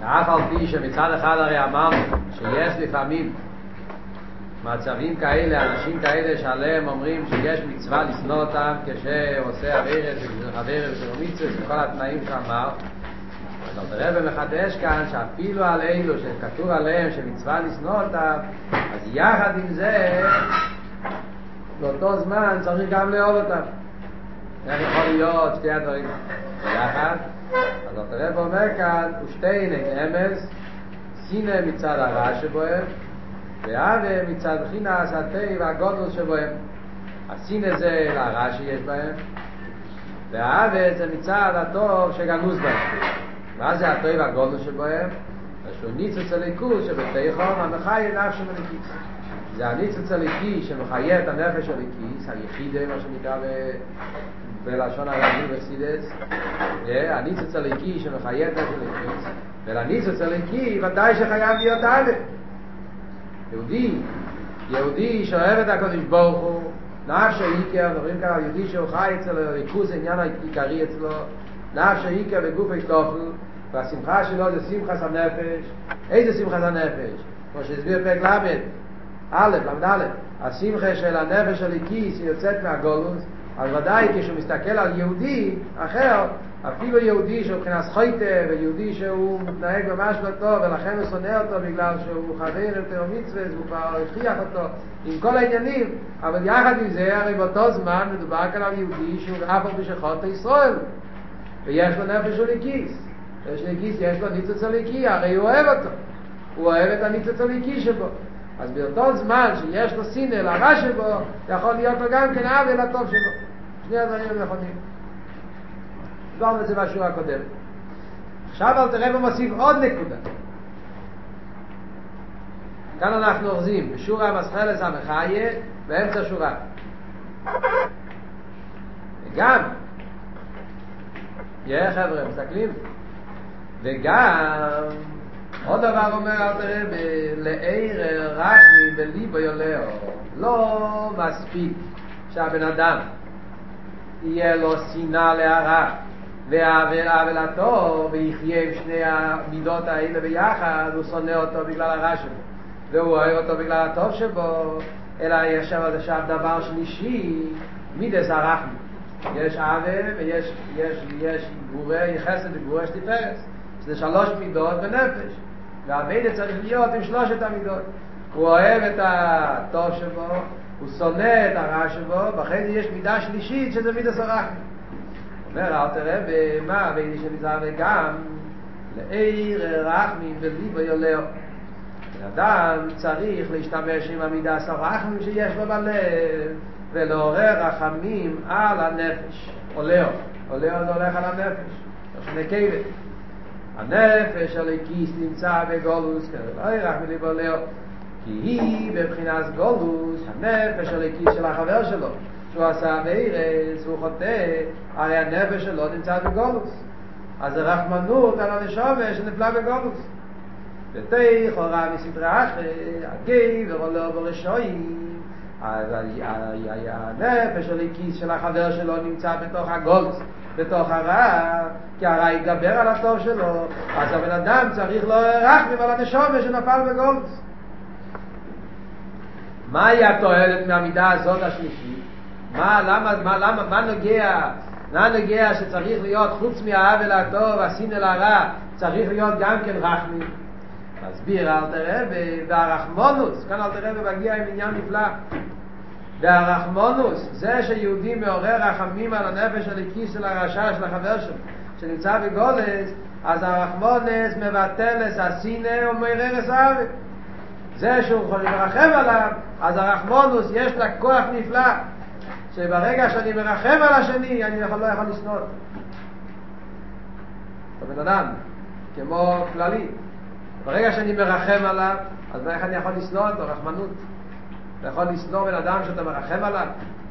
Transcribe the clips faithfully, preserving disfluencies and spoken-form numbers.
אף על פי שמצד אחד הרי אמרנו שיש לפעמים מצבים כאלה, אנשים כאלה שעליהם אומרים שיש מצווה לשנוא אותם כשעושה עבירת עבירת ומצווה וכל התנאים שאמר. אז הרב מחדש כאן שאפילו על אלו שכתוב עליהם שמצווה לשנוא אותם, אז יחד עם זה באותו זמן צריך גם לאהוב אותם. איך יכול להיות שתי הדברים יחד? אז הרב אומר כאן ושתיהן אמס, שנאה מצד הרע שבהם ואהבה מצד חינס הטוב והגודל שבהם. השנאה זה לרע שיש בהם, והאהבה זה מצד הטוב שגנוז בהם. מה זה הטוב והגודל שבהם? שהוא ניצוץ הליכוז שבתיכון המחיה נפש מליקיס. זה הניצוץ הליקי שמחיה את הנפש הליקיס, היחידה, מה שנקרא בלשון הרגיל בחסידות. הניצוץ הליקי שמחיה את הנפש הליקיס, ולניצוץ הליקי ודאי שחייב להיות אהבה. יהודי, יהודי שאוהב את הקדוש ברוך הוא, נפש העיקר, מדברים כאן על יהודי שהוא חי אצלו, ריכוז העניין העיקרי אצלו, נפש העיקר וגוף התוכן, והשמחה שלו זה שמחת הנפש. איזה שמחת הנפש? כמו שהסביר פרק למד, א', למד א', השמחה של הנפש הליקיס היא יוצאת מהגולוס. אז ודאי כשהוא מסתכל על יהודי אחר, אפילו יהודי שהוא מבחינת חוטא ויהודי שהוא מתנהג ממש לא טוב ולכן הוא שונא אותו בגלל שהוא חבר יותר מצווה והוא כבר הכריח אותו עם כל העניינים, אבל יחד עם זה הרי באותו זמן מדובר כאן על יהודי שהוא אף על פי שחוטא ישראל ויש לו נפש הליקיס. יש ליקיס, יש לו ניצוץ הליקי, הרי הוא אוהב אותו, הוא אוהב את הניצוץ הליקי שבו. אז באותו זמן שיש לו שנאה לרע שבו, יכול להיות לו גם כן אהבה לטוב שבו. שני הדברים הם נכונים. הסברנו את זה בשיעור הקודם. עכשיו אל תראה ומוסיף עוד נקודה. כאן אנחנו אוחזים בשיעור המסחלס המחיה באמצע שורה. וגם, יהיה חבר'ה, מסתכלים? וגם עוד דבר אומר אל תראה לעיר רחמים וליבו יולאו. לא מספיק שהבן אדם יהיה לו שנאה להרע והאהבה לטוב ויחיה עם שני המידות האלה ביחד, הוא שונא אותו בגלל הרע שבו והוא אוהב אותו בגלל הטוב שבו, אלא יש שם דבר שלישי, מידס הרחמים. יש אהבה ויש יש יש גבורה חסד וגבורה שתפארת. זה שלוש מידות בנפש, והמידה צריך להיות עם שלושת המידות. הוא אוהב את הטוב שבו, הוא שונא את הרע שבו, ואחרי זה יש מידה שלישית שזה מידה סרחמי. אומר אל תראה במה ואיני שנזהר וגם לעיר רחמים וליבו יולאו. אדם צריך להשתמש עם המידה סרחמים שיש לו בלב ולעורר רחמים על הנפש. עולאו, עולאו זה הולך על הנפש, שנקבת. הנפש הליקיס נמצא בגולוס, לא ירח מליבו לאו, כי היא בבחינת גולוס, הנפש הליקיס של החבר שלו, שהוא עשה בארץ, הוא חוטא, הרי הנפש שלו נמצא בגולוס. אז זה רחמנות על הנשמה שנפלה בגולוס. ותהי חורה מסתרה אחרי, הגי ורולו ברשועים, הנפש הליקיס של החבר שלו נמצא בתוך הגולוס, בתוך הרע, כי הרע יגבר על הטוב שלו. אז הבן אדם צריך לא רחמים על הנשמה שנפל בגולוס. מהי התועלת מהמידה הזאת השלישית? מה, למה, מה, למה, מה נוגע, מה נוגע שצריך להיות חוץ מהאהבה לטוב, השנאה לרע, צריך להיות גם כן רחמים? מסביר אל תראה והרחמונוס, כאן אל תראה ומגיע עם עניין נפלא. והרחמונוס, זה שיהודי מעורר רחמים על הנפש הליקיס של הרשע של החבר שלו שנמצא בגולס, אז הרחמונוס מבטל את השנאה ומעורר את האהבה. זה שהוא יכול לרחם עליו, אז הרחמונוס יש לה כוח נפלא, שברגע שאני מרחם על השני אני יכול, לא יכול לשנוא אותו. בן אדם, כמו כללי, ברגע שאני מרחם עליו, אז איך אני יכול לשנוא אותו? רחמנות. אתה יכול לשנוא בן אדם שאתה מרחם עליו?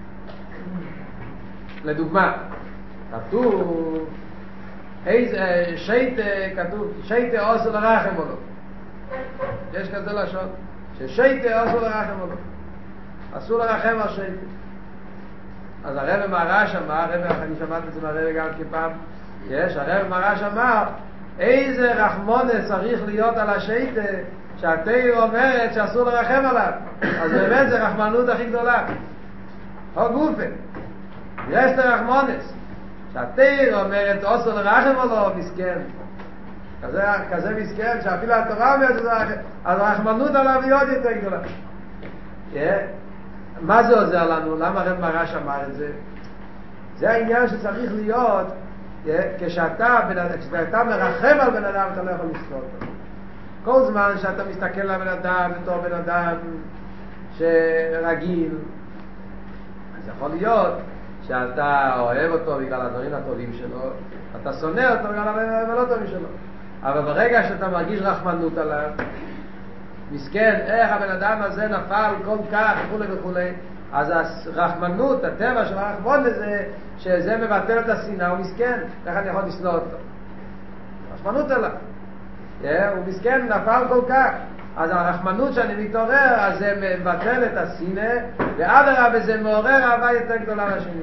לדוגמה, כתוב איזה שייטה, כתוב שייטה עושה לרחם או לא. יש כזה לשון ששייטה עושה לרחם או לא, אסור לרחם על שייטה. אז הרב מרש אמר, הרב, אני שמעתי את זה מהרב גם כפעם, יש, הרב מרש אמר איזה רחמונס צריך להיות על השייטה שהתורה אומרת שאסור לרחם עליו. אז באמת זה רחמנות הכי גדולה. הו גופה. יש לרחמונס. שהתורה אומרת אסור לרחם עליו, מסכן. כזה, כזה מסכן שאפילו התורה אומרת שזה רחם. אז הרחמנות עליו היא עוד יותר גדולה. Yeah. מה זה עוזר לנו? למה הרב מרש אמר את זה? זה העניין שצריך להיות yeah, כשאתה, כשאתה מרחם על בן אדם אתה לא יכול לסלוח אותו. כל זמן שאתה מסתכל על בן אדם בתור בן אדם שרגיל, אז יכול להיות שאתה אוהב אותו בגלל הדברים הטובים שלו, אתה שונא אותו בגלל הדברים הלא טובים שלו. אבל ברגע שאתה מרגיש רחמנות עליו, מסכן, איך הבן אדם הזה נפל כל כך וכו' וכו', אז הרחמנות, הטבע של הרחמון לזה, שזה מבטל את השנאה, הוא מסכן, איך אני יכול לשנוא אותו? רחמנות עליו. Yeah, הוא מסכן, נפל כל כך. אז הרחמנות שאני מתעורר, אז זה מבטל את השנאה, ואדרבה זה מעורר אהבה יותר גדולה לשני.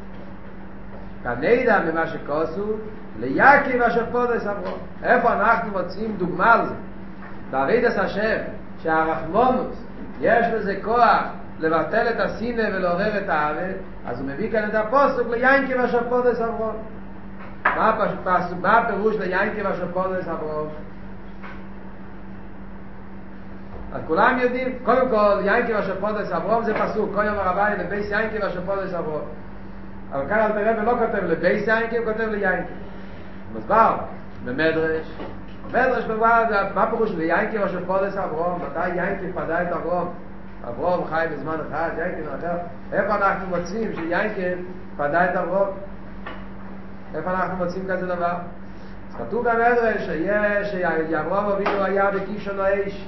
כנדע ממה שכוסו, ליעקב אשר פודס אברהם. איפה אנחנו מוצאים דוגמה על זה? בעבודת השם, שהרחמנות, יש לזה כוח לבטל את השנאה ולעורר את האהבה, אז הוא מביא כאן את הפסוק ליעקב אשר פודס אברהם. מה, מה הפירוש ליעקב אשר פודס אברהם? אז כולם יודעים, קודם כל, יעקב אשר פודס אברהם זה פסוק, כל יום הרבי לבייס יעקב אשר פודס אברהם. אבל כאן אלתר רבי לא כותב לבייס יעקב, הוא כותב ליעקב. מסבר, במדרש. במדרש בבואר, מה פירוש ליעקב אשר פודס אברהם? מתי יעקב פדה את אברהם? אברהם חי בזמן אחד, יעקב אחר. איפה אנחנו מוצאים שיעקב פדה את אברהם? איפה אנחנו מוצאים כזה דבר? אז כתוב במדרש שאברהם אבינו היה בכבשן האש.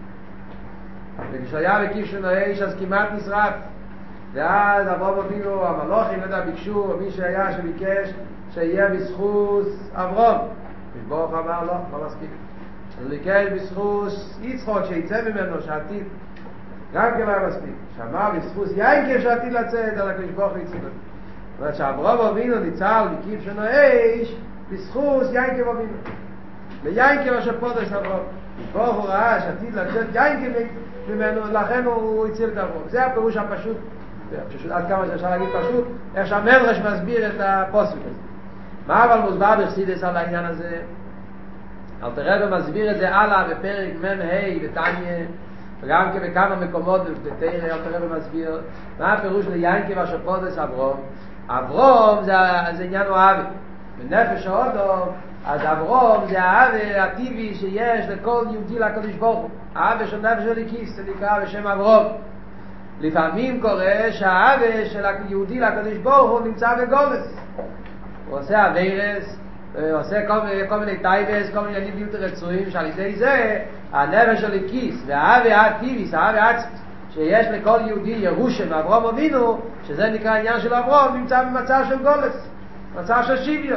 וכשהיה בכבשן האש אז כמעט נשרף. ואז אברהם אבינו, המלאכים ביקשו, או מי שהיה שביקש שיהיה בזכות אברהם. ברוך אמר לא, לא מספיק. אז ביקש בזכות יצחק שיצא ממנו שעתיד. גם כן לא מספיק. שאמר בזכות יעקב שעתיד לצאת, על הקדוש ברוך הוא יצא. זאת אומרת שאברהם אבינו ניצל בכבשן האש בזכות יעקב אבינו. ליעקב אשר פודס אברהם. ברוך הוא ראה שעתיד לצאת יעקב ממנו, לכן הוא הציל את אברהם. זה הפירוש הפשוט, פשוט עד כמה שאפשר להגיד פשוט, איך שהמדרש מסביר את הפסוק הזה. מה אבל מוסבר בחסידות על העניין הזה? אלתר רבי מסביר את זה הלאה בפרק מ"ה בתניא, וגם בכמה מקומות בתורה אלתר רבי מסביר מה הפירוש ליעקב אשר פודס אברהם. אברהם זה, זה עניין אוהבי בנפש האדם. אז אברהם זה האהבה הטבעי שיש לכל יהודי לקדוש ברוך הוא, האהבה של נפש אלוקית, זה נקרא בשם אברהם. לפעמים קורה שהאהבה של היהודי לקדוש ברוך הוא נמצא בגולס, הוא עושה אביירס, הוא עושה כל, כל מיני טייבס, כל מיני עניינים בלתי רצויים, שעל ידי זה הנפש אלוקית והאהבה הטבעית, האהבה העצמית שיש לכל יהודי ירושה מאברהם אבינו, שזה נקרא העניין של אברהם, נמצא במצב של גולס, מצב של שוויון.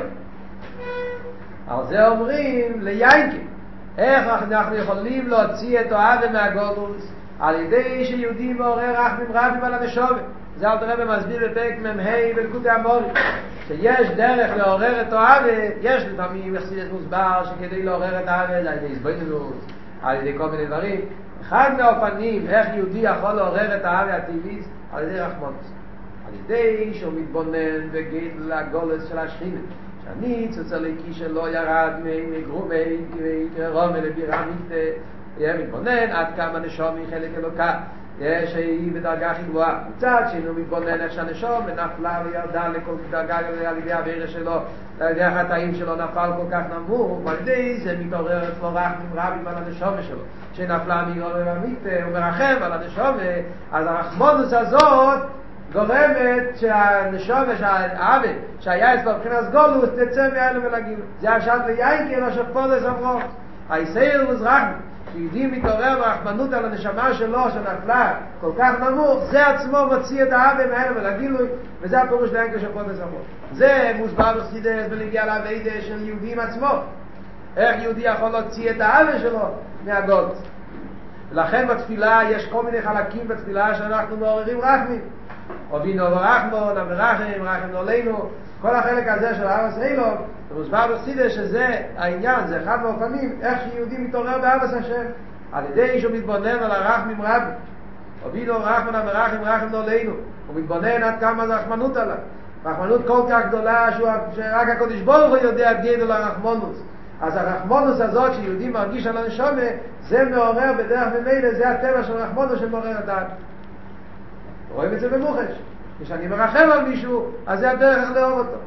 על זה אומרים ליעקב, איך אנחנו יכולים להוציא את האהבה מהגולוס? על ידי שיהודי מעורר רחמים רבים על הנשמה. זה אלתר רבי מסביר בפרק מ"ה בליקוטי המורים, שיש דרך לעורר את האהבה. יש לפעמים בחסידות מוסבר שכדי לעורר את האהבה זה על ידי התבוננות, על ידי כל מיני דברים. אחד מהאופנים איך יהודי יכול לעורר את האהבה הטבעית על ידי רחמנות, על ידי שהוא מתבונן בגודל הגולוס של השכינה, שהניצוץ הליקי שלו ירד מגרומי כרומי לבירה מיתה, יהיה מתבונן עד כמה נשום היא חלק אלוקה, שהיא בדרגה הכי גבוהה. מצד שנו מתבונן איך שהנשום נפלה וירדה לכל דרגה על ידי העבירה שלו, על ידי החטאים שלו נפל כל כך נמוך, ועל ידי זה מתעורר אצלו רחמים רבים על הנשום שלו, שנפלה מגרומי מיתה, הוא מרחם על הנשום. אז הרחמנות הזאת גורמת שהנשום שהאהבה שהיה אצלו מבחינת גולוס תצא מאלו ולגיל. זה השעת ליעקב אשר פודס אברהם. הישראל וזרחנו שיהודי מתעורר ברחמנות על הנשמה שלו שנפלה כל כך נמוך, זה עצמו מוציא את האהבה מאלו ולגילוי, וזה הפירוש ליעקב אשר פודס אברהם. זה מוסבר בחסידות בנגיעה לעבודה של יהודים עצמו, איך יהודי יכול להוציא את האהבה שלו מהגולוס. ולכן בתפילה יש כל מיני חלקים בתפילה שאנחנו מעוררים רחמים, אבינו ורחמון, המרחם, רחם נולנו, כל החלק הזה של אבא סרילוב, ומוסבר בחסידות שזה העניין, זה אחד מהאופנים איך שיהודי מתעורר באהבת השם, על ידי שהוא מתבונן על הרחמים רב, הוביל לו רחמן המרחם רחם נולנו, הוא מתבונן עד כמה זה רחמנות עליו, רחמנות כל כך גדולה שהוא, שרק הקדוש ברוך הוא יודע את גדול הרחמנוס. אז הרחמנוס הזאת שיהודי מרגיש על הנשמה, זה מעורר בדרך ממילא, זה הטבע של רחמנוס שמעורר הדעת. רואים את זה במוחש, כשאני מרחם על מישהו, אז זה הדרך לאהוב אותו.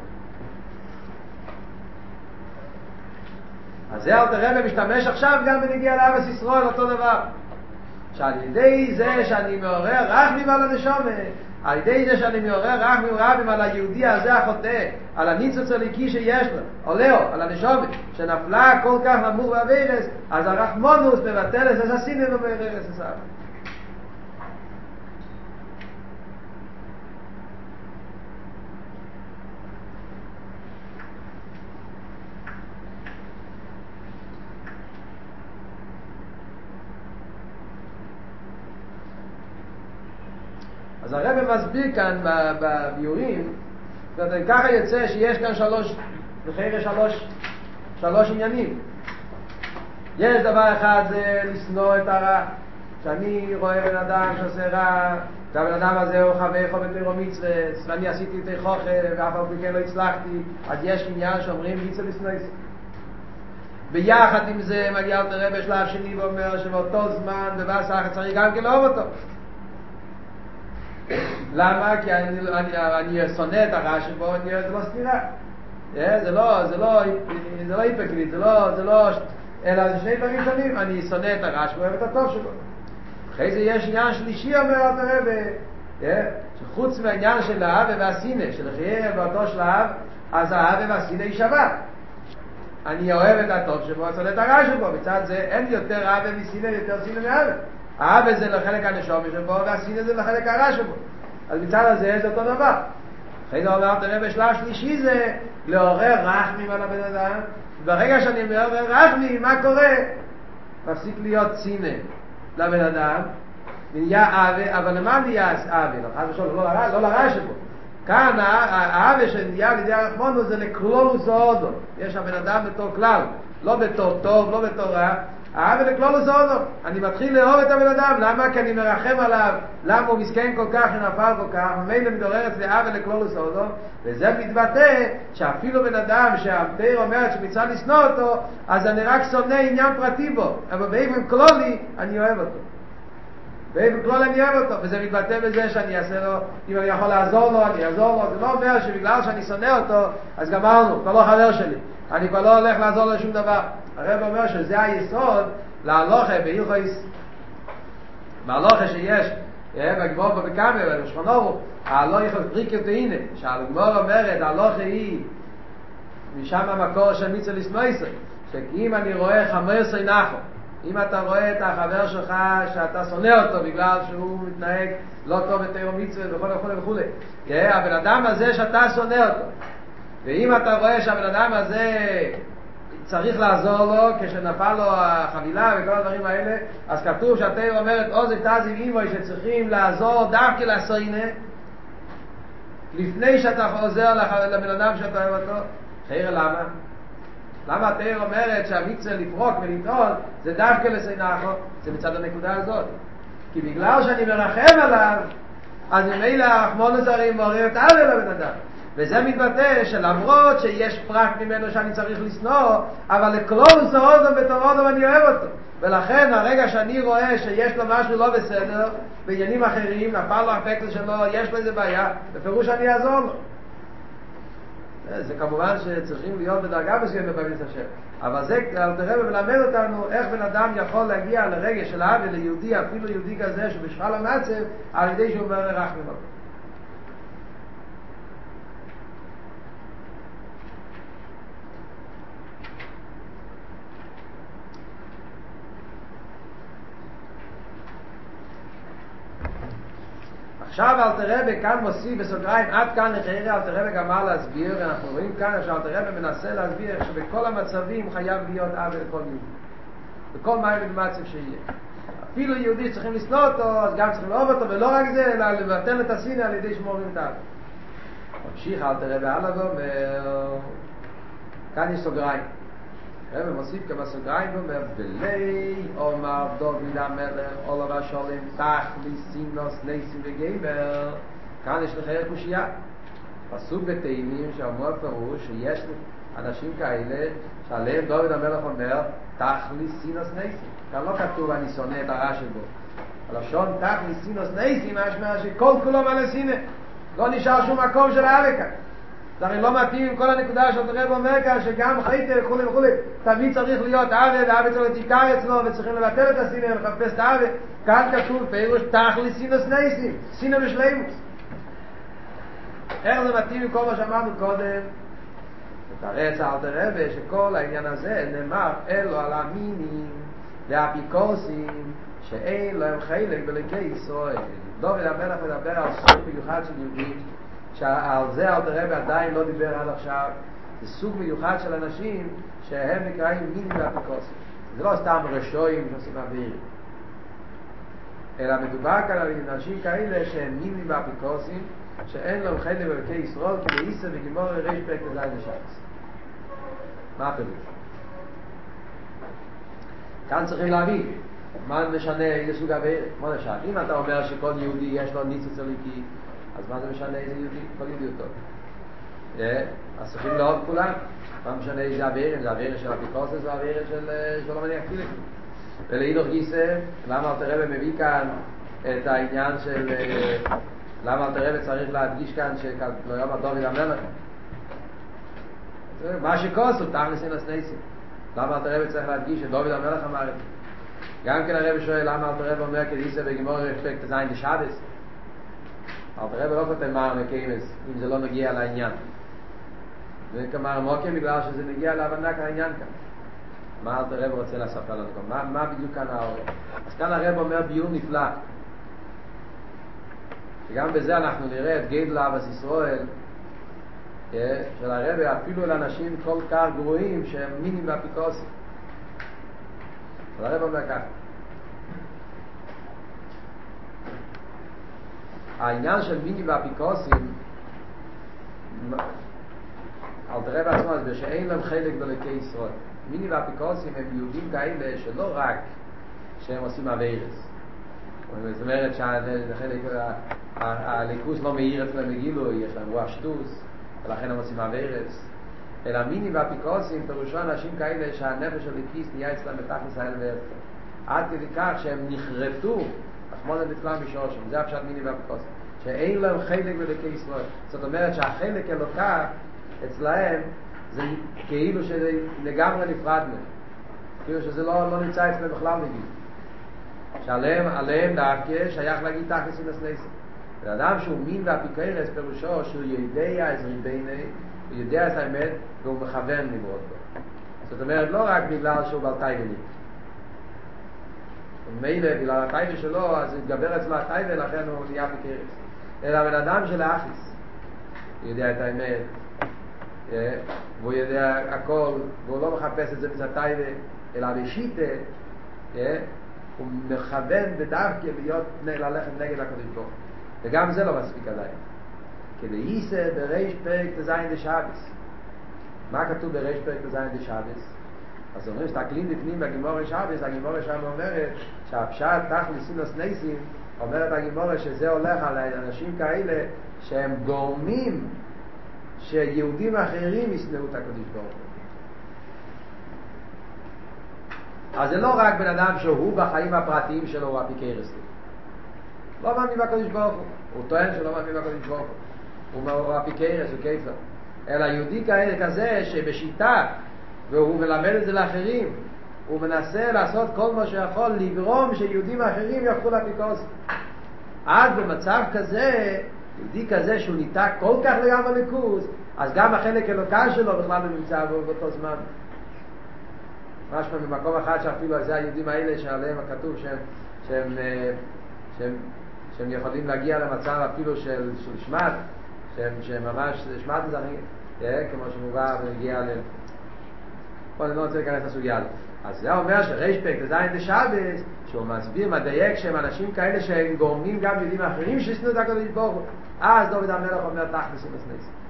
אז זה אלתר רבי משתמש עכשיו גם בנגיע לאהבת ישראל, אותו דבר. שעל ידי זה שאני מעורר רחמים על הנשמה, על ידי זה שאני מעורר רחמים רבים על היהודי הזה החוטא, על הניצוץ הליקי שיש לו, עולהו, על הנשמה, שנפלה כל כך נמוך בעבירות, אז הרחמנוס מבטל את הסינא ומעורר את הסער. אז הרב מסביר כאן בביורים, ככה יוצא שיש כאן שלוש, בחירה שלוש, שלוש עניינים. יש דבר אחד זה לשנוא את הרע, שאני רואה בן אדם שעושה רע, והבן אדם הזה הוא חבר חובת תורה מצווה, ואני עשיתי את החוכם ואף על פי כן לא הצלחתי, אז יש עניין שאומרים מצווה לשנוא. ביחד עם זה מגיע אלתר רבי בשלב שני ואומר שבאותו זמן בבאס צריך גם כן לאהוב אותו. למה? כי אני, אני, אני שונא את הרע שבו, אני, זה לא סתירה. זה לא, זה לא, זה לא היפוקריט, זה לא, זה לא, אלא זה שני דברים שונים. אני שונא את הרע שבו, אוהב את הטוב שבו. אחרי זה יש עניין שלישי, אומר אלתר רבי, שחוץ מהעניין של האהבה והשנאה, של חיי באותו שלב, אז האהבה והשנאה היא שווה. אני אוהב את הטוב שבו, שונא את הרע שבו. מצד זה אין יותר אהבה משנאה, יותר שנאה מאהבה. האהבה זה לחלק הנשמה שבו, והשנאה זה לחלק הרע שבו. אז מצד הזה זה אותו דבר. אחרי זה אומר אלתר רבי בשלב שלישי זה לעורר רחמים על הבן אדם. ברגע שאני מעורר רחמים, מה קורה? מפסיק להיות שנאה לבן אדם, נהיה אהבה, אבל למה נהיה אהבה? לא לרע שבו. כאן האהבה שנהיה על ידי הרחמנוס זה לכלולוס האודו. יש הבן אדם בתור כלל, לא בתור טוב, לא בתור רע. האהבה לכלולוס האודו. אני מתחיל לאהוב את הבן אדם. למה? כי אני מרחם עליו. למה הוא מסכן כל כך, נפל כל כך, ומילא מתעורר אצלי אהבה לכלולוס האודו. וזה מתבטא שאפילו בן אדם שהתורה אומרת שמצווה לשנוא אותו, אז אני רק שונא עניין פרטי בו, אבל באופן כללי אני אוהב אותו. באופן כללי אני אוהב אותו, וזה מתבטא בזה שאני אעשה לו, אם אני יכול לעזור לו, אני אעזור לו. זה לא אומר שבגלל שאני שונא אותו, אז גמרנו, כבר לא חבר שלי, אני כבר לא הולך לעזור לו שום דבר. הרב אומר שזה היסוד להלוכה בהלכות, בהלוכה שיש בגמור בקאמר ובשולחן ערוך, ההלוכה פריקי תהינה, שהגמור אומרת ההלוכה היא משם המקור של מצווה לשנוא, שאם אני רואה חמור שונאך, אם אתה רואה את החבר שלך שאתה שונא אותו בגלל שהוא מתנהג לא טוב בתורה מצווה וכל וכו' וכו', הבן אדם הזה שאתה שונא אותו, ואם אתה רואה שהבן אדם הזה צריך לעזור לו כשנפל לו החבילה וכל הדברים האלה, אז כתוב שהתורה אומרת עוז תעזיב עמו, שצריכים לעזור דווקא לשונא לפני שאתה עוזר לבן אדם שאתה אוהב אותו. חיירה למה? למה התורה אומרת שהמצווה לפרוק ולטעון זה דווקא לשונאך? זה מצד הנקודה הזאת, כי בגלל שאני מרחם עליו, אז ממילא הרחמנוס הרי מעורר את האהבה לבן אדם. וזה מתבטא שלמרות שיש פרט ממנו שאני צריך לשנוא, אבל לכלולוס האודום בתור אודום אני אוהב אותו. ולכן הרגע שאני רואה שיש לו משהו לא בסדר בעניינים אחרים, נפל לו הפקל שלו, יש לו איזה בעיה, בפירוש אני אעזור לו. זה כמובן שצריכים להיות בדרגה מסוימת בבית השם, אבל זה אלתר רבי מלמד אותנו איך בן אדם יכול להגיע לרגע של אהבה ליהודי, אפילו יהודי כזה שבשפל המצב, על ידי שהוא מעורר רחמים עליו. עכשיו אלתר רבי כאן מוסיף בסוגריים, עד כאן לחיירה אלתר רבי גמר להסביר, ואנחנו רואים כאן שאלתר רבי מנסה להסביר שבכל המצבים חייב להיות אהבה לכל יהודי, בכל מים ובמצב שיהיה. אפילו יהודי צריכים לשנוא אותו, אז גם צריכים לאהוב אותו, ולא רק זה, אלא לבטל את השנאה על ידי שמורים את האהבה. ממשיך אלתר רבי הלאה ואומר, כאן יש סוגריים. הרב מוסיף כמה סוגריים ואומר, ולי אומר דוד המלך עולו והשולם תכליס סינוס ניסים וגבר. כאן יש לך קושייה. פסוק בתהילים שאומר פירוש שיש אנשים כאלה שעליהם דוד המלך אומר תכליס סינוס ניסים. כאן לא כתוב אני שונא את הרע שבו. הלשון תכליס סינוס ניסים משמע שכל כולו מלא שנאה. לא נשאר שום מקום של האבק כאן. זה הרי לא מתאים עם כל הנקודה של הרב אומר כאן שגם חייטה וכו' וכו' תמיד צריך להיות עבד, העבד צריך להתעיקר אצלו וצריכים לבטל את השנאה ולחפש את העבד. כאן כתוב פירוש תכליס סינוס ניסים, שנאה בשלימות. איך זה מתאים עם כל מה שאמרנו קודם? ותרץ אל תרבה שכל העניין הזה נאמר אלו על המינים והאפיקורסים שאין להם חלק בליקי ישראל. דוד המלך מדבר על סוג מיוחד של יהודים שעל זה אל תרבה עדיין לא דיבר עד עכשיו. זה סוג מיוחד של אנשים שהם נקראים מינים והאפיקורסים. זה לא סתם רשועים שעושים אוויר, אלא מדובר כאן על אנשים כאלה שהם מינים והאפיקורסים שאין להם חלק בליקי ישראל כי לאיסה וגימור רש פרק תזין לשבס. מה הפירוש? כאן צריכים להבין מה משנה איזה סוג עבירה. כמו למשל, אם אתה אומר שכל יהודי יש לו ניצוץ אלוקי, אז מה זה משנה איזה יהודי? כל יהודי הוא טוב. אז צריכים לאהוב כולם. מה משנה איזה עבירה? אם זה עבירה של אפיקורסים, זה עבירה של לא מניח פילים. ולהידוך גיסא, למה אלתר רבי מביא כאן את העניין של למה אלתר רבי צריך להדגיש כאן שלא יאמר דוד המלך? מה שכוסו, תכלס סינוס ניסים. למה אלתר רבי צריך להדגיש שדוד המלך אמר את זה? גם כן הרב שואל למה אלתר רבי אומר כדאיסא בגימור רשפק תזין דשבס. אלתר רבי לא כותב מה מקיימס אם זה לא מגיע לעניין. וכמר מוקם בגלל שזה מגיע להבנה כאן העניין כאן. מה אלתר רבי רוצה לספר לנו כאן? מה, מה בדיוק כאן העורף? אז כאן הרב אומר ביור נפלא. שגם בזה אנחנו נראה את גדל אהבת ישראל של הרבי אפילו לאנשים כל כך גרועים שהם מינים ואפיקורסים. הרב אומר כך, העניין של מינים ואפיקורסים אלתר רבי עצמו הסביר שאין להם חלק בליקי ישראל. מינים ואפיקורסים הם יהודים כאלה שלא רק שהם עושים עבירס, זאת אומרת שהליכוס לא מאיר אצלם בגילוי, יש להם רוח שטוס ולכן הם עושים עבירס, אלא מינים ואפיקורסים פירושו אנשים כאלה שהנפש הליקיס נהיה אצלם בתכלס האל וארצו עד כדי כך שהם נחרטו רחמנא ליצלן משורשם. זה הפשט מינים ואפיקורסים שאין להם חלק בליקי ישראל. זאת אומרת שהחלק אלוקה אצלהם זה כאילו שזה לגמרי נפרד מהם, כאילו שזה לא, לא נמצא אצלם בכלל בגיל, שעליהם עליהם דווקא שייך להגיד תכלס סינוס ניסים. ואדם שהוא מין ואפיקורס פירושו שהוא יודע את ריבייני, הוא יודע את האמת והוא מכוון למרות בו. זאת אומרת לא רק בגלל שהוא בעל טייבני, ומילא בגלל הטייבה שלו אז התגבר אצלו הטייבה לכן הוא נהיה אפיקורס, אלא בן אדם של האחיס הוא יודע את האמת והוא יודע הכל והוא לא מחפש את זה בזה טייבה, אלא בשיטה הוא מכוון בדווקא להיות ללכת נגד הקדוש ברוך הוא. וגם זה לא מספיק עדיין. כדאיסא בריש פרק תזין דשבס. מה כתוב בריש פרק תזין דשבס? אז אומרים שתקלים בפנים בגימור שבס, הגימור שם אומרת שהפשט תכלס סינוס ניסים, אומרת הגימור שזה הולך על אנשים כאלה שהם גורמים שיהודים אחרים ישנאו את הקדוש ברוך הוא. אז זה לא רק בן אדם שהוא בחיים הפרטיים שלו הוא אפיקורס, לא מאמין בקדוש ברוך הוא, הוא טוען שלא מאמין בקדוש ברוך הוא, הוא אפיקורס, הוא כיפר, אלא יהודי כאלה כזה שבשיטה והוא מלמד את זה לאחרים, הוא מנסה לעשות כל מה שיכול לגרום שיהודים אחרים יהפכו לאפיקורסים. עד במצב כזה, יהודי כזה שהוא ניתק כל כך לגמרי ליכוז, אז גם החלק אלוקה שלו בכלל לא נמצא באותו זמן. משמע במקום אחד שאפילו זה היהודים האלה שעליהם הכתוב שהם, שהם, שהם, שהם יכולים להגיע למצב אפילו של, של שמד, שהם, שהם ממש שמד זרים, כמו שמובא ונגיע ל... פה אני לא רוצה להיכנס לסוגיה הזאת. אז זה אומר שריש פרק תזין דשבס, שהוא מסביר מדייק שהם אנשים כאלה שהם גורמים גם יהודים אחרים שישנאו את הקדוש ברוך הוא, אז דוד המלך אומר תכלס סינוס ניסים.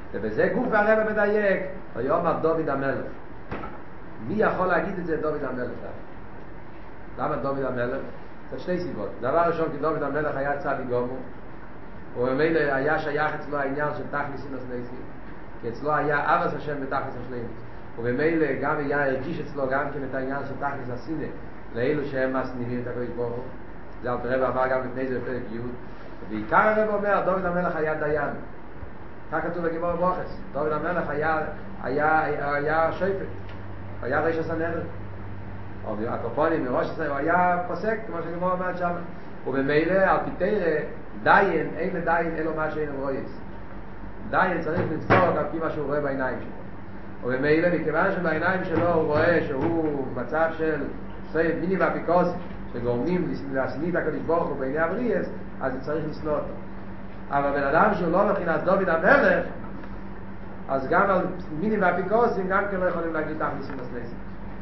ובזה גוף והרבא מדייק, ויאמר דוד המלך. מי יכול להגיד את זה? דוד המלך. למה דוד המלך? זה שתי סיבות. דבר ראשון, כי דוד המלך היה צדיק גמור, ובמילא היה שייך אצלו העניין של תכלס אינוס ניסים, כי אצלו היה אבס השם בתכלס השלמות, ובמילא גם היה הרגיש אצלו גם כן את העניין של תכלס הסינא לאלו שהם מסנימים את הקדוש ברוך הוא. זה אלתר רבי אמר גם לפני זה בפרק י', ובעיקר הרב אומר דוד המלך היה דיין. כך כתוב בגימור ברוכס, דוד המלך היה היה היה שופט, היה ראש הסנהדרין, או הקופונים מראש הסנהדרין, הוא היה פוסק כמו שגימור אומרת שם. ובמילא על פי תורה דיין אין לדיין אלו מה שאין רויס. דיין צריך לפסוק על פי מה שהוא רואה בעיניים שלו, ובמילא מכיוון שבעיניים שלו הוא רואה שהוא מצב של סייב מיני ואפיקוסי שגורמים להשניא את הקדוש ברוך הוא בעיני הבריאס, אז הוא צריך לשנוא אותו. אבל בן אדם שהוא לא מבחינת דוד המלך, אז גם על מיני ואפיקוסים גם כן לא יכולים להגיד תכלס אינוס ניסים.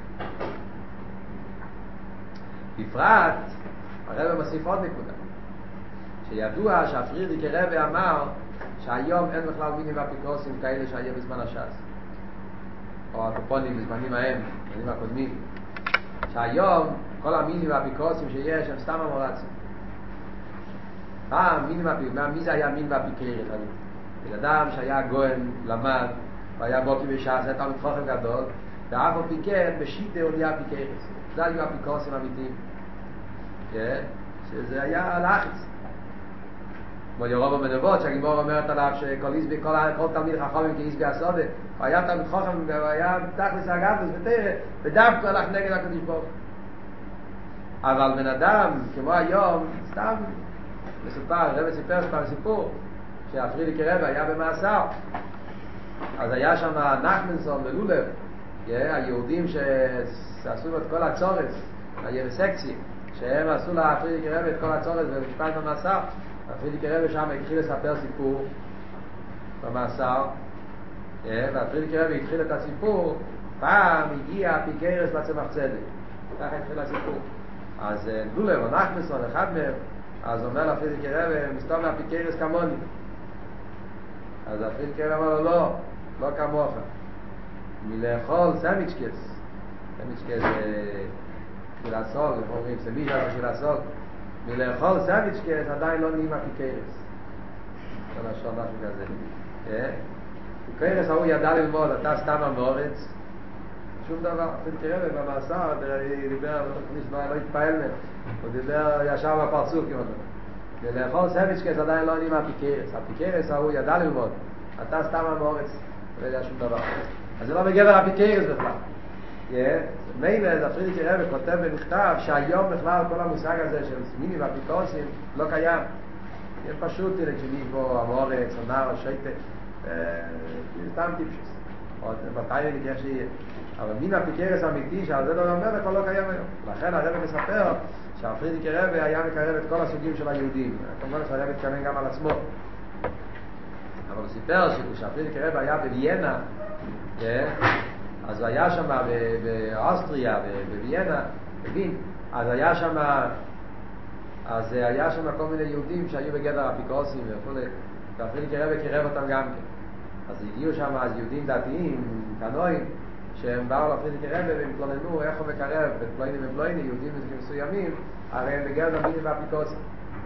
בפרט הרב מוסיף עוד נקודה, שידוע שהפרידיקי רבי אמר שהיום אין בכלל מיני ואפיקוסים כאלה שהיה בזמן הש"ס, או הקופונים בזמנים ההם, בזמנים הקודמים, שהיום כל המיני ואפיקוסים שיש הם סתם אמורצים. פעם מיני ואפיקוסים, מי זה היה מין ואפיקרית? בן אדם שהיה גוהן, למד, והיה בוקי בש"ס, היה תלמיד חכם גדול, ואף על פי כן בשיטה הוא נהיה אפיקרית. זה היו אפיקוסים אמיתיים, שזה היה לחץ. כמו ירום בנבואות שהגימור אומרת עליו שכל איזבי, כל, כל תלמיד חכמים כאיזבי הסודה, הוא היה תלמיד חכם והיה תכלס הגדלוס ותרא, ודווקא הלך נגד הקדוש ברוך הוא. אבל בן אדם כמו היום, סתם מסופר, רבי סיפר ספר סיפור שהפרידיקי רבי היה במאסר, אז היה שם נחמנסון ולולב, היהודים שעשו את כל הצורס, היה בסקציה שהם עשו לפרידיקי רבי את כל הצורס ומשפט במאסר. הפרידיקי רבי שם התחיל לספר סיפור במאסר, והפרידיקי רבי התחיל את הסיפור. פעם הגיע אפיקרס לצמח צדק, ככה התחיל הסיפור. אז דולב או נחמנסון אחד מהם, אז אומר לפרידיקי רבי, מסתום אפיקרס כמוני. אז הפרידיקי רבי אמר לו, לא, לא כמוך, מלאכול סמיצ'קס, סמיצ'קס זה שילסול, אומרים, סמיצ'קס זה שילסול, מלאכול סמיצ'קס עדיין לא נהיים אפיקרס. זה לשון משהו כזה. אפיקרס ההוא ידע ללמוד, אתה סתם המורץ, שום דבר. הפרידיקי רבי במאסר דיבר, לא התפעל מהם, הוא דיבר ישר בפרצוף כמעט. ולאכול סמיצ'קס עדיין לא נהיים אפיקרס. אפיקרס ההוא ידע ללמוד, אתה סתם המורץ, לא יודע שום דבר. אז זה לא בגדר אפיקרס בכלל. מילא, הפרידיקי רבי כותב במכתב שהיום בכלל כל המושג הזה של מיני ואפיקוסים לא קיים. זה פשוט שמיש בו המורץ, או נער, או שייטה, זה סתם טיפשוס. או מתי ניקח שיהיה. אבל מיני אפיקרס אמיתי שעל זה לא אומר לכל לא קיים היום. לכן הרבי מספר שהפרידיקי רבי היה מקרב את כל הסוגים של היהודים. כמובן שהרבי מתכוון גם על עצמו. אבל הוא סיפר שהפרידיקי רבי היה בוויינה, אז הוא היה שם באוסטריה, בוויינה, בווין, אז היה שם, אז היה שם כל מיני יהודים שהיו בגדר אפיקורסים וכו', והפרידיקי רבי קירב אותם גם כן. אז הגיעו שם אז יהודים דתיים, קנואים, שהם באו לפרידיקי רבי והם התלוננו איך הוא מקרב בפלוינים ובפלוינים, יהודים מסוימים, הרי הם בגדר מיני ואפיקורסים.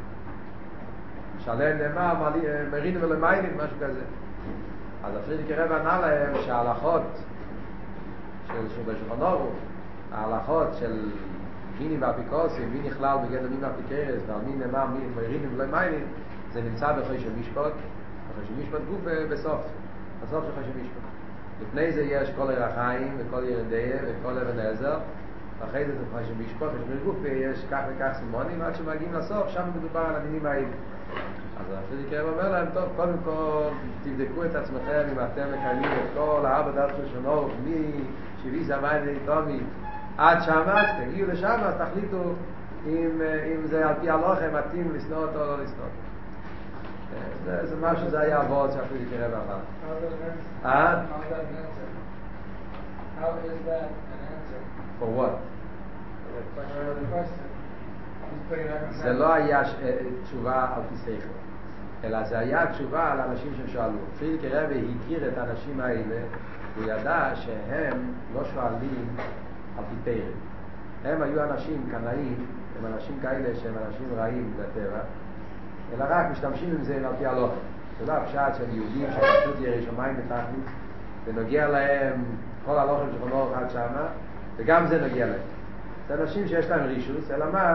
שלם נאמר, מרינו ולמיינים, משהו כזה. אז הפרידיקי רבי ענה להם שההלכות של בשולחן אורוך, ההלכות של מיני ואפיקורסים, מי נכלל בגדר מיני ואפיקרס, ועל מי נאמר מרינים ולמיינים, זה נמצא בחוש המשפט, בחוש המשפט גוף בסוף, בסוף של חוש המשפט. לפני זה יש כל ירחיים וכל ירדיה וכל אבן עזר, ואחרי זה זה חוש המשפט, חוש גוף יש כך וכך סימונים, עד שמגיעים לסוף, שם מדובר על המינים האלה. אז הפרידיקי רבי אומר להם, טוב, קודם כל תבדקו את עצמכם אם אתם מקיימים את כל הארבע דעת חושן אורוך, משביעי זמאי ליתומי עד שמה, תגיעו לשם, אז תחליטו אם, אם זה על פי הלוחם מתאים לשנוא אותו או לא לשנוא אותו. זה, זה משהו, זה היה עבוד שהפרידיקי רבי אמר. How is that an answer? How is that an answer? For what? For the question. זה לא היה תשובה על פי שכל. אלא זה היה תשובה לאנשים ששאלו. פרידיקי רבי הכיר את האנשים האלה, הוא ידע שהם לא שואלים על פי תורה. הם היו אנשים קנאים, הם אנשים כאלה שהם אנשים רעים בטבע, אלא רק משתמשים עם זה על פי הלכה. זה לא הפשט של יהודים שפשוט ירא שמיים בתכלית, ונוגע להם כל הלכה של שולחן ערוך עד שמה, וגם זה נוגע להם. זה אנשים שיש להם רישוס, אלא מה?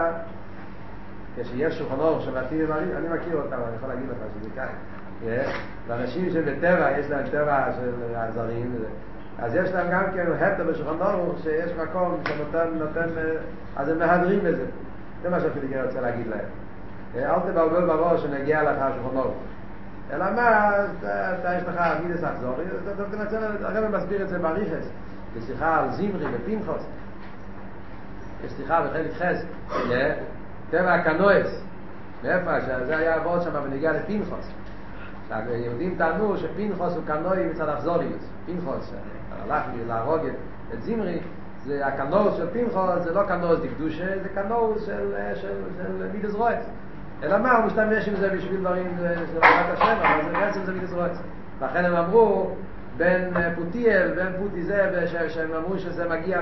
כשיש שולחן ערוך שמתאים עם הרישוס, אני מכיר אותם, אני יכול להגיד לך שזה כאן. לאנשים שבטבע, יש להם טבע של הזרים, אז יש להם גם כן הפטר בשולחן ערוך שיש מקום שנותן, נותן, אז הם מהדרים בזה. זה מה שפרידיקי רוצה להגיד להם. אל תבלבל בראש שנגיע לך שולחן ערוך. אלא מה, אתה יש לך מידס אכזור, הרב מסביר את זה בריחס, בשיחה על זמרי ופנחס. יש שיחה בחלק חס, טבע הקנואס, מאיפה, שזה היה עבוד שם ונגיע לפנחס. היהודים טענו שפנחס הוא קנואי מצד אכזוריות. פנחס, הלך להרוג את זמרי, זה הקנואוס של פנחס, זה לא קנואוס דקדושה, זה קנואוס של, של, של מידס רועץ. אלא מה, הוא משתמש עם זה בשביל דברים של עבודת השם, אבל זה בעצם זה מידס רועץ. לכן הם אמרו, בין פוטיאל, בין פוטי זה, שהם אמרו שזה מגיע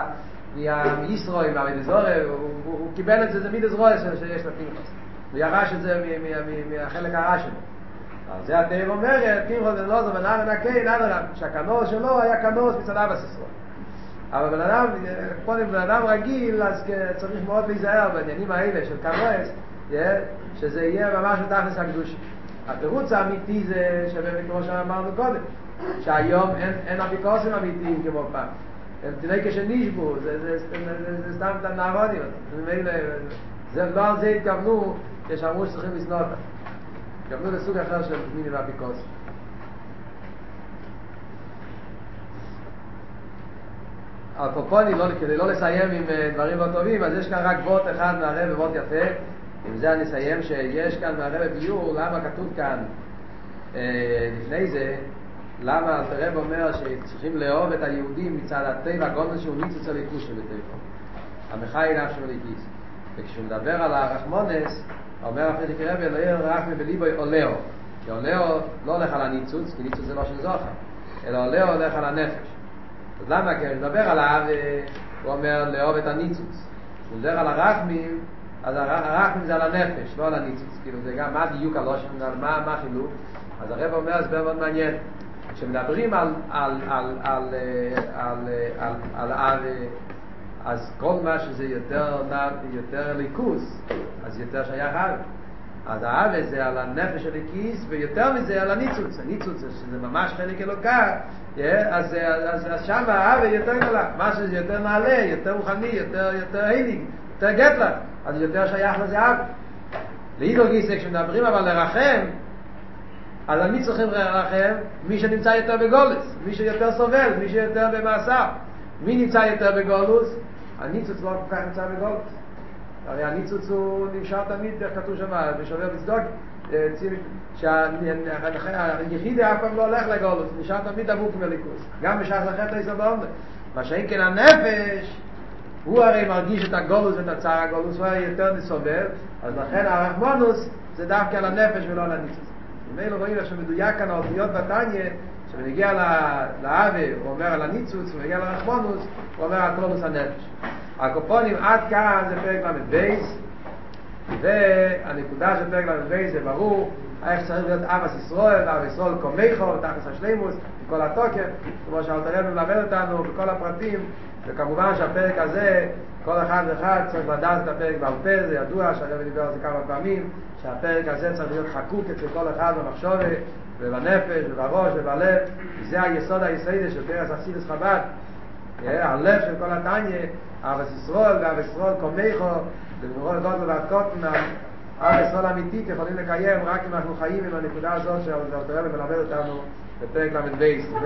מישרוי, מהמידס רועץ, הוא קיבל את זה, זה מידס רועץ שיש לפנחס. הוא ירש את זה מהחלק הרע שלו. אז זה התאר אומרת, פנחס בן אלעזר בן אהרון הקהל, שהקנאוס שלו היה קנאוס מצד אבא ישראל. אבל בן אדם, קודם בן אדם רגיל, אז צריך מאוד להיזהר בעניינים האלה של קנאוס, שזה יהיה ממש בתכלס הקדושה. התירוץ האמיתי זה שבאמת כמו שאמרנו קודם, שהיום אין, אין אפיקורסים אמיתיים כמו פעם. הם תנאי כשנשבו, זה, זה, זה, זה, זה סתם נערונים. זה, לא על זה התכוונו כשאמרו שצריכים לסנוע אותם. התכוונו לסוג אחר של מיני ואפיקורסים. הפופוני, לא, כדי לא לסיים עם דברים לא טובים, אז יש כאן רק וורט אחד מהרב וורט יפה. עם זה אני אסיים שיש כאן מהרב ביור, למה כתוב כאן אה, לפני זה, למה הרב אומר שצריכים לאהוב את היהודים מצד הטבע גודל שהוא ניצוץ הליכוס של הטבע. המחי נפש וליקיס. וכשהוא מדבר על הרחמונס, אומר הפרידיקי רבי, לא יהיה רחמי בליבוי עולהו. כי עולהו לא הולך על הניצוץ, כי ניצוץ זה לא של זוכר, אלא עולהו הולך על הנפש. אז למה? כי הוא מדבר עליו, הוא אומר לאהוב את הניצוץ. כשהוא מדבר על הרחמים, אז הרחמים זה על הנפש, לא על הניצוץ. כאילו זה גם מה דיוק הלושן, מה, מה חילוק. אז הרב אומר, הסבר מאוד מעניין. כשמדברים על, על, על, על, על, על, על, על, אז כל מה שזה יותר, יותר ליכוס, אז יותר שייך אהבה. אז האהבה זה על הנפש של הכיס, ויותר מזה על הניצוץ. הניצוץ זה שזה ממש חלק אלוקה, אז, אז, אז שם האהבה יותר גדולה. מה שזה יותר נעלה, יותר רוחני, יותר, יותר היליג, יותר גטלה, אז יותר שייך לזה אהבה. לאידור גיסא, כשמדברים אבל לרחם, אז אני צריכים לרחם מי שנמצא יותר בגולוס, מי שיותר סובל, מי שיותר במאסר. מי נמצא יותר בגולוס? הניצוץ לא כל כך נמצא בגולוס. הרי הניצוץ הוא נשאר תמיד, כתוב שם, בשובר בצדוק, שהיחיד אף פעם לא הולך לגולוס, נשאר תמיד דבוק מליכוס. גם בשעת לחטא היסבון. מה שאין כן הנפש, הוא הרי מרגיש את הגולוס ואת הצער הגולוס, הוא הרי יותר נסובל, אז לכן הרחמונוס זה דווקא על הנפש ולא על הניצוץ. ומילא רואים איך שמדויק כאן האותיות בתניא, כשמגיע לאהבה הוא אומר על הניצוץ, ומגיע לרחמונוס הוא אומר על קלולוס הנפש. הקופונים עד כאן זה פרק למד בייס, והנקודה של פרק למד בייס זה ברור איך צריך להיות אבס ישראל, אבס ישראל קומייכו, תחס השלימוס, בכל התוקף, כמו שהאלתר רבי מלמד אותנו בכל הפרטים. וכמובן שהפרק הזה, כל אחד ואחד צריך לדעת את הפרק בעל פה, זה ידוע שהרבי דיבר על זה כמה פעמים, שהפרק הזה צריך להיות חקוק אצל כל אחד במחשבה ובנפש ובראש ובלב, וזה היסוד היסודי של פרק אכסידס חב"ד, הלב של כל התניא, אבס ישראל ואבס ישראל קומייכו, ובמרון גודל ועד קוטן, אבס ישראל אמיתית יכולים לקיים רק אם אנחנו חיים עם הנקודה הזאת שהאלתר רבי מלמד אותנו בפרק למד בייס.